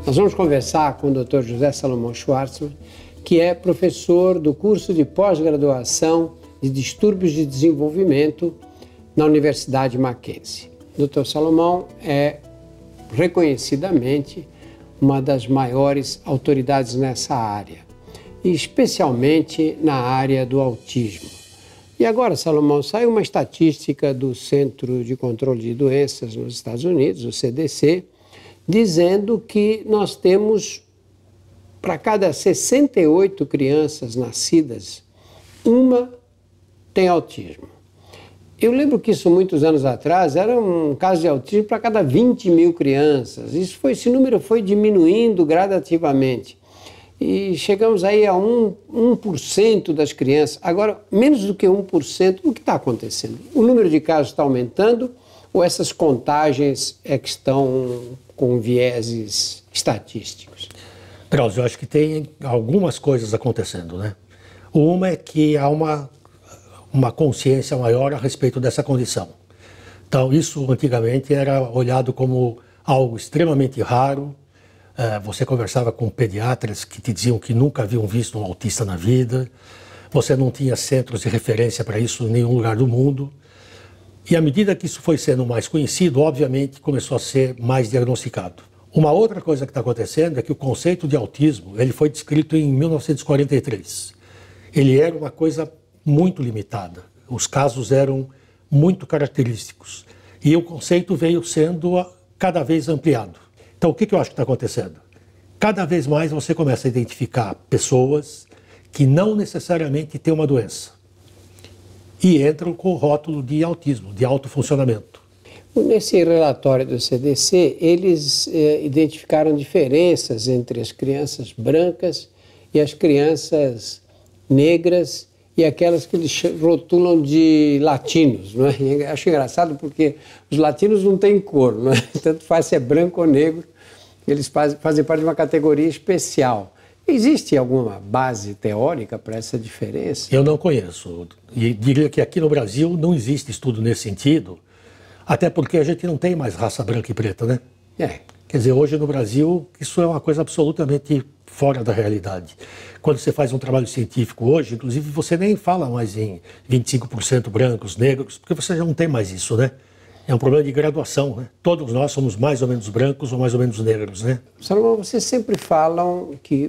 Nós vamos conversar com o Dr. José Salomão Schwartzman, que é professor do curso de pós-graduação de distúrbios de desenvolvimento na Universidade Mackenzie. O Dr. Salomão é reconhecidamente uma das maiores autoridades nessa área, e especialmente na área do autismo. E agora, Salomão, saiu uma estatística do Centro de Controle de Doenças nos Estados Unidos, o CDC, dizendo que nós temos, para cada 68 crianças nascidas, uma tem autismo. Eu lembro que isso, muitos anos atrás, era um caso de autismo para cada 20 mil crianças. Esse número foi diminuindo gradativamente. E chegamos aí a 1% das crianças. Agora, menos do que 1%, o que está acontecendo? O número de casos está aumentando ou essas contagens é que estão com vieses estatísticos? Drauzio, eu acho que tem algumas coisas acontecendo, né? Uma é que há uma consciência maior a respeito dessa condição. Então, isso antigamente era olhado como algo extremamente raro. Você conversava com pediatras que te diziam que nunca haviam visto um autista na vida. Você não tinha centros de referência para isso em nenhum lugar do mundo. E à medida que isso foi sendo mais conhecido, obviamente começou a ser mais diagnosticado. Uma outra coisa que está acontecendo é que o conceito de autismo ele foi descrito em 1943. Ele era uma coisa muito limitada. Os casos eram muito característicos. E o conceito veio sendo cada vez ampliado. Então, o que eu acho que está acontecendo? Cada vez mais você começa a identificar pessoas que não necessariamente têm uma doença e entram com o rótulo de autismo, de alto funcionamento. Nesse relatório do CDC, eles identificaram diferenças entre as crianças brancas e as crianças negras e aquelas que eles rotulam de latinos, não é? E acho engraçado porque os latinos não têm cor, não é? Tanto faz se é branco ou negro, eles fazem parte de uma categoria especial. Existe alguma base teórica para essa diferença? Eu não conheço. E diria que aqui no Brasil não existe estudo nesse sentido, até porque a gente não tem mais raça branca e preta, né? Quer dizer, hoje no Brasil, isso é uma coisa absolutamente fora da realidade. Quando você faz um trabalho científico hoje, inclusive, você nem fala mais em 25% brancos, negros, porque você já não tem mais isso, né? É um problema de graduação, né? Todos nós somos mais ou menos brancos ou mais ou menos negros, né? Salomão, vocês sempre falam que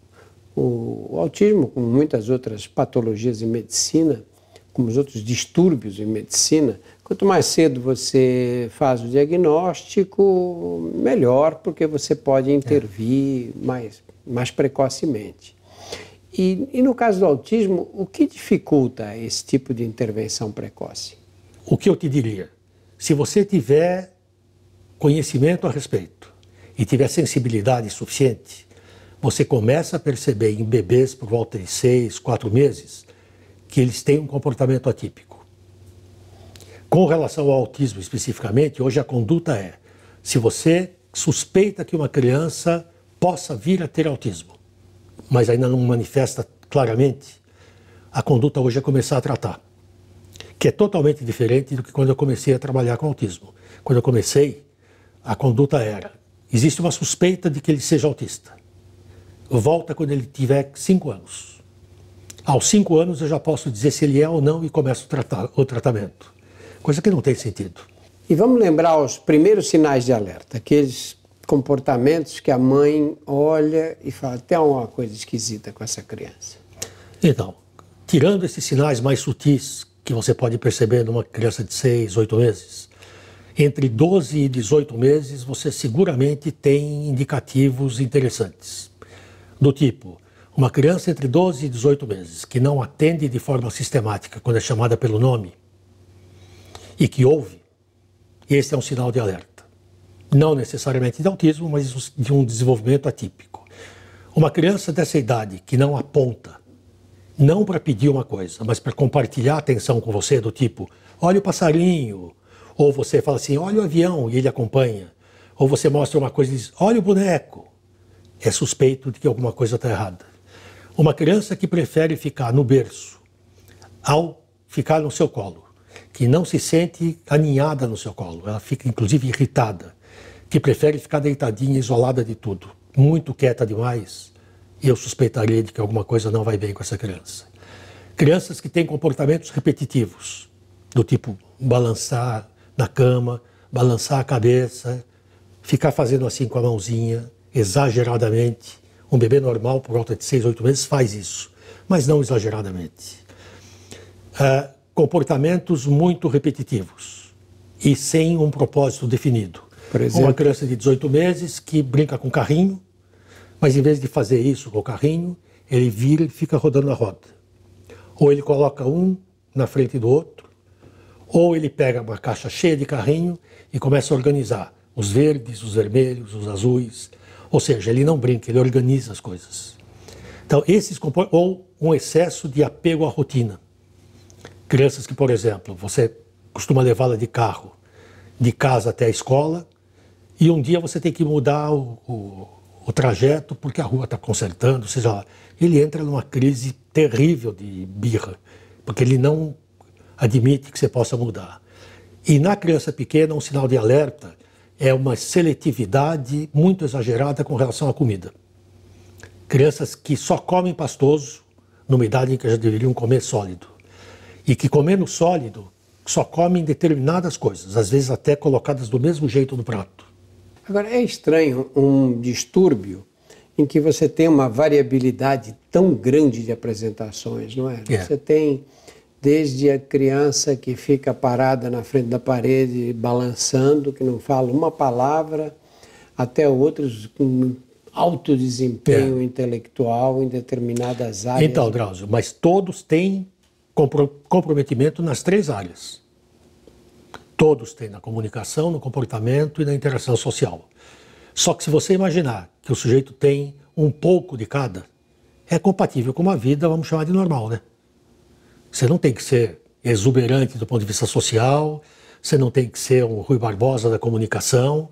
o autismo, como muitas outras patologias em medicina, como os outros distúrbios em medicina, quanto mais cedo você faz o diagnóstico, melhor, porque você pode intervir mais precocemente. E no caso do autismo, o que dificulta esse tipo de intervenção precoce? O que eu te diria? Se você tiver conhecimento a respeito e tiver sensibilidade suficiente, você começa a perceber em bebês por volta de 6, 4 meses que eles têm um comportamento atípico. Com relação ao autismo especificamente, hoje a conduta é, se você suspeita que uma criança possa vir a ter autismo, mas ainda não manifesta claramente, a conduta hoje é começar a tratar. Que é totalmente diferente do que quando eu comecei a trabalhar com autismo. Quando eu comecei, a conduta era, existe uma suspeita de que ele seja autista. Volta quando ele tiver 5 anos. Aos 5 anos eu já posso dizer se ele é ou não e começo o tratamento. Coisa que não tem sentido. E vamos lembrar os primeiros sinais de alerta, aqueles comportamentos que a mãe olha e fala, tem alguma coisa esquisita com essa criança. Então, tirando esses sinais mais sutis que você pode perceber numa criança de 6, 8 meses, entre 12 e 18 meses você seguramente tem indicativos interessantes. Do tipo, uma criança entre 12 e 18 meses que não atende de forma sistemática quando é chamada pelo nome e que ouve, esse é um sinal de alerta. Não necessariamente de autismo, mas de um desenvolvimento atípico. Uma criança dessa idade que não aponta, não para pedir uma coisa, mas para compartilhar atenção com você, do tipo, olha o passarinho, ou você fala assim, olha o avião, e ele acompanha, ou você mostra uma coisa e diz, olha o boneco, é suspeito de que alguma coisa está errada. Uma criança que prefere ficar no berço, ao ficar no seu colo, que não se sente aninhada no seu colo, ela fica inclusive irritada, que prefere ficar deitadinha, isolada de tudo. muito quieta demais, eu suspeitaria de que alguma coisa não vai bem com essa criança. Crianças que têm comportamentos repetitivos, do tipo balançar na cama, balançar a cabeça, ficar fazendo assim com a mãozinha, exageradamente. Um bebê normal, por volta de 6, 8 meses, faz isso, mas não exageradamente. Comportamentos muito repetitivos e sem um propósito definido. Por exemplo? Uma criança de 18 meses que brinca com carrinho, mas em vez de fazer isso com o carrinho, ele vira e fica rodando a roda. Ou ele coloca um na frente do outro, ou ele pega uma caixa cheia de carrinho e começa a organizar os verdes, os vermelhos, os azuis. Ou seja, ele não brinca, ele organiza as coisas. Então, ou um excesso de apego à rotina. Crianças que, por exemplo, você costuma levá-la de carro, de casa até a escola, e um dia você tem que mudar o trajeto porque a rua está consertando, ou seja, ele entra numa crise terrível de birra, porque ele não admite que você possa mudar. E na criança pequena, um sinal de alerta é uma seletividade muito exagerada com relação à comida. Crianças que só comem pastoso, numa idade em que já deveriam comer sólido. E que comendo sólido, só comem determinadas coisas, às vezes até colocadas do mesmo jeito no prato. Agora, é estranho um distúrbio em que você tem uma variabilidade tão grande de apresentações, não é? Você tem desde a criança que fica parada na frente da parede, balançando, que não fala uma palavra, até outros com alto desempenho intelectual em determinadas áreas. Então, Drauzio, mas todos têm comprometimento nas 3 áreas. Todos têm na comunicação, no comportamento e na interação social. Só que se você imaginar que o sujeito tem um pouco de cada, é compatível com uma vida, vamos chamar de normal, né? Você não tem que ser exuberante do ponto de vista social, você não tem que ser um Rui Barbosa da comunicação,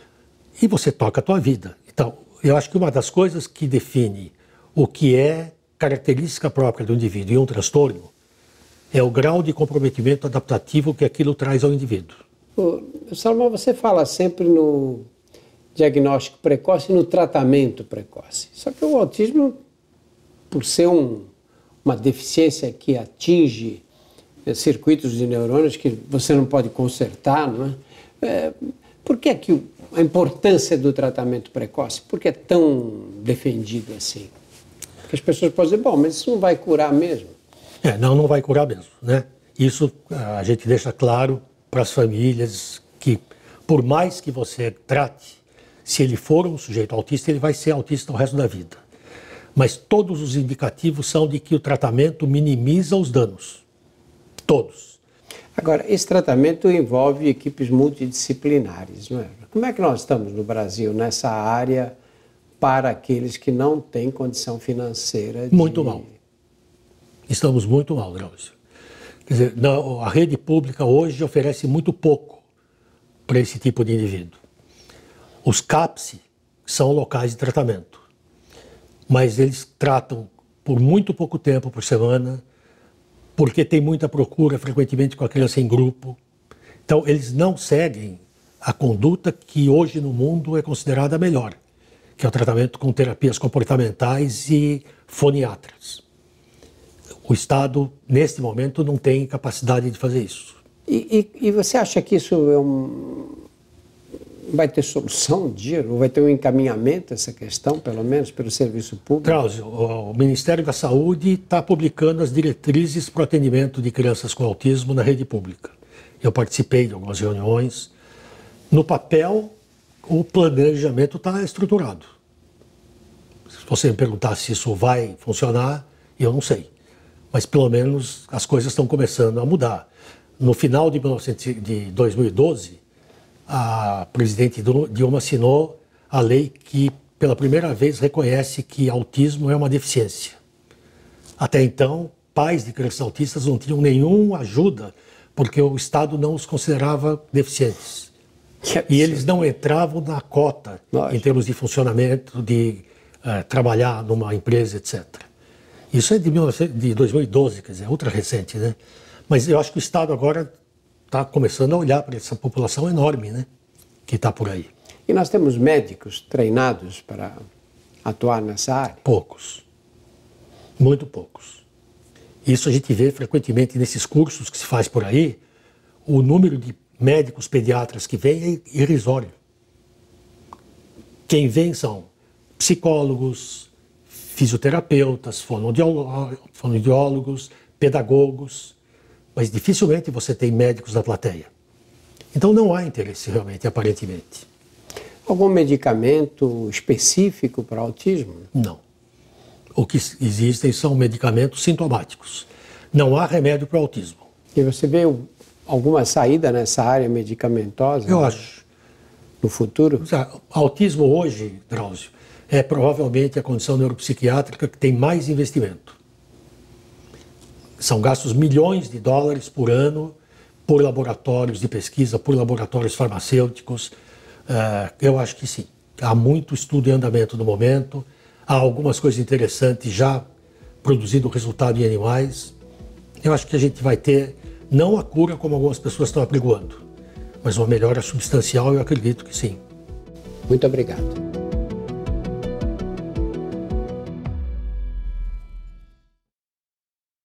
e você toca a tua vida. Então, eu acho que uma das coisas que define o que é característica própria do indivíduo e um transtorno é o grau de comprometimento adaptativo que aquilo traz ao indivíduo. Salomão, você fala sempre no diagnóstico precoce e no tratamento precoce. Só que o autismo, por ser uma deficiência que atinge circuitos de neurônios que você não pode consertar, não é? Por que a importância do tratamento precoce? Por que é tão defendido assim? Porque as pessoas podem dizer, bom, mas isso não vai curar mesmo. Não vai curar mesmo, né? Isso a gente deixa claro para as famílias que, por mais que você trate, se ele for um sujeito autista, ele vai ser autista o resto da vida. Mas todos os indicativos são de que o tratamento minimiza os danos. Todos. Agora, esse tratamento envolve equipes multidisciplinares, não é? Como é que nós estamos no Brasil nessa área para aqueles que não têm condição financeira de... Muito mal. Estamos muito mal, Drauzio. Quer dizer, a rede pública hoje oferece muito pouco para esse tipo de indivíduo. Os CAPS são locais de tratamento, mas eles tratam por muito pouco tempo por semana, porque tem muita procura frequentemente com a criança em grupo. Então, eles não seguem a conduta que hoje no mundo é considerada a melhor, que é o tratamento com terapias comportamentais e foniatras. O Estado, neste momento, não tem capacidade de fazer isso. E você acha que isso vai ter solução um dia? Ou vai ter um encaminhamento essa questão, pelo menos, pelo serviço público? Drauzio, o Ministério da Saúde está publicando as diretrizes para o atendimento de crianças com autismo na rede pública. Eu participei de algumas reuniões. No papel, o planejamento está estruturado. Se você me perguntar se isso vai funcionar, eu não sei. Mas pelo menos as coisas estão começando a mudar. No final de 2012, a presidente Dilma assinou a lei que pela primeira vez reconhece que autismo é uma deficiência. Até então, pais de crianças autistas não tinham nenhuma ajuda porque o Estado não os considerava deficientes. E eles não entravam na cota em termos de funcionamento, de trabalhar numa empresa, etc. Isso é de 2012, quer dizer, ultra recente, né? Mas eu acho que o Estado agora está começando a olhar para essa população enorme, né? Que está por aí. E nós temos médicos treinados para atuar nessa área? Poucos. Muito poucos. Isso a gente vê frequentemente nesses cursos que se faz por aí. O número de médicos pediatras que vem é irrisório. Quem vem são psicólogos, fisioterapeutas, fonoaudiólogos, pedagogos, mas dificilmente você tem médicos na plateia. Então não há interesse realmente, aparentemente. Algum medicamento específico para autismo? Não. O que existem são medicamentos sintomáticos. Não há remédio para o autismo. E você vê alguma saída nessa área medicamentosa? Eu acho. No futuro? Autismo hoje, Drauzio, é provavelmente a condição neuropsiquiátrica que tem mais investimento. São gastos milhões de dólares por ano por laboratórios de pesquisa, por laboratórios farmacêuticos. Eu acho que sim. Há muito estudo em andamento no momento, há algumas coisas interessantes já produzindo resultado em animais. Eu acho que a gente vai ter, não a cura como algumas pessoas estão apregoando, mas uma melhora substancial, eu acredito que sim. Muito obrigado.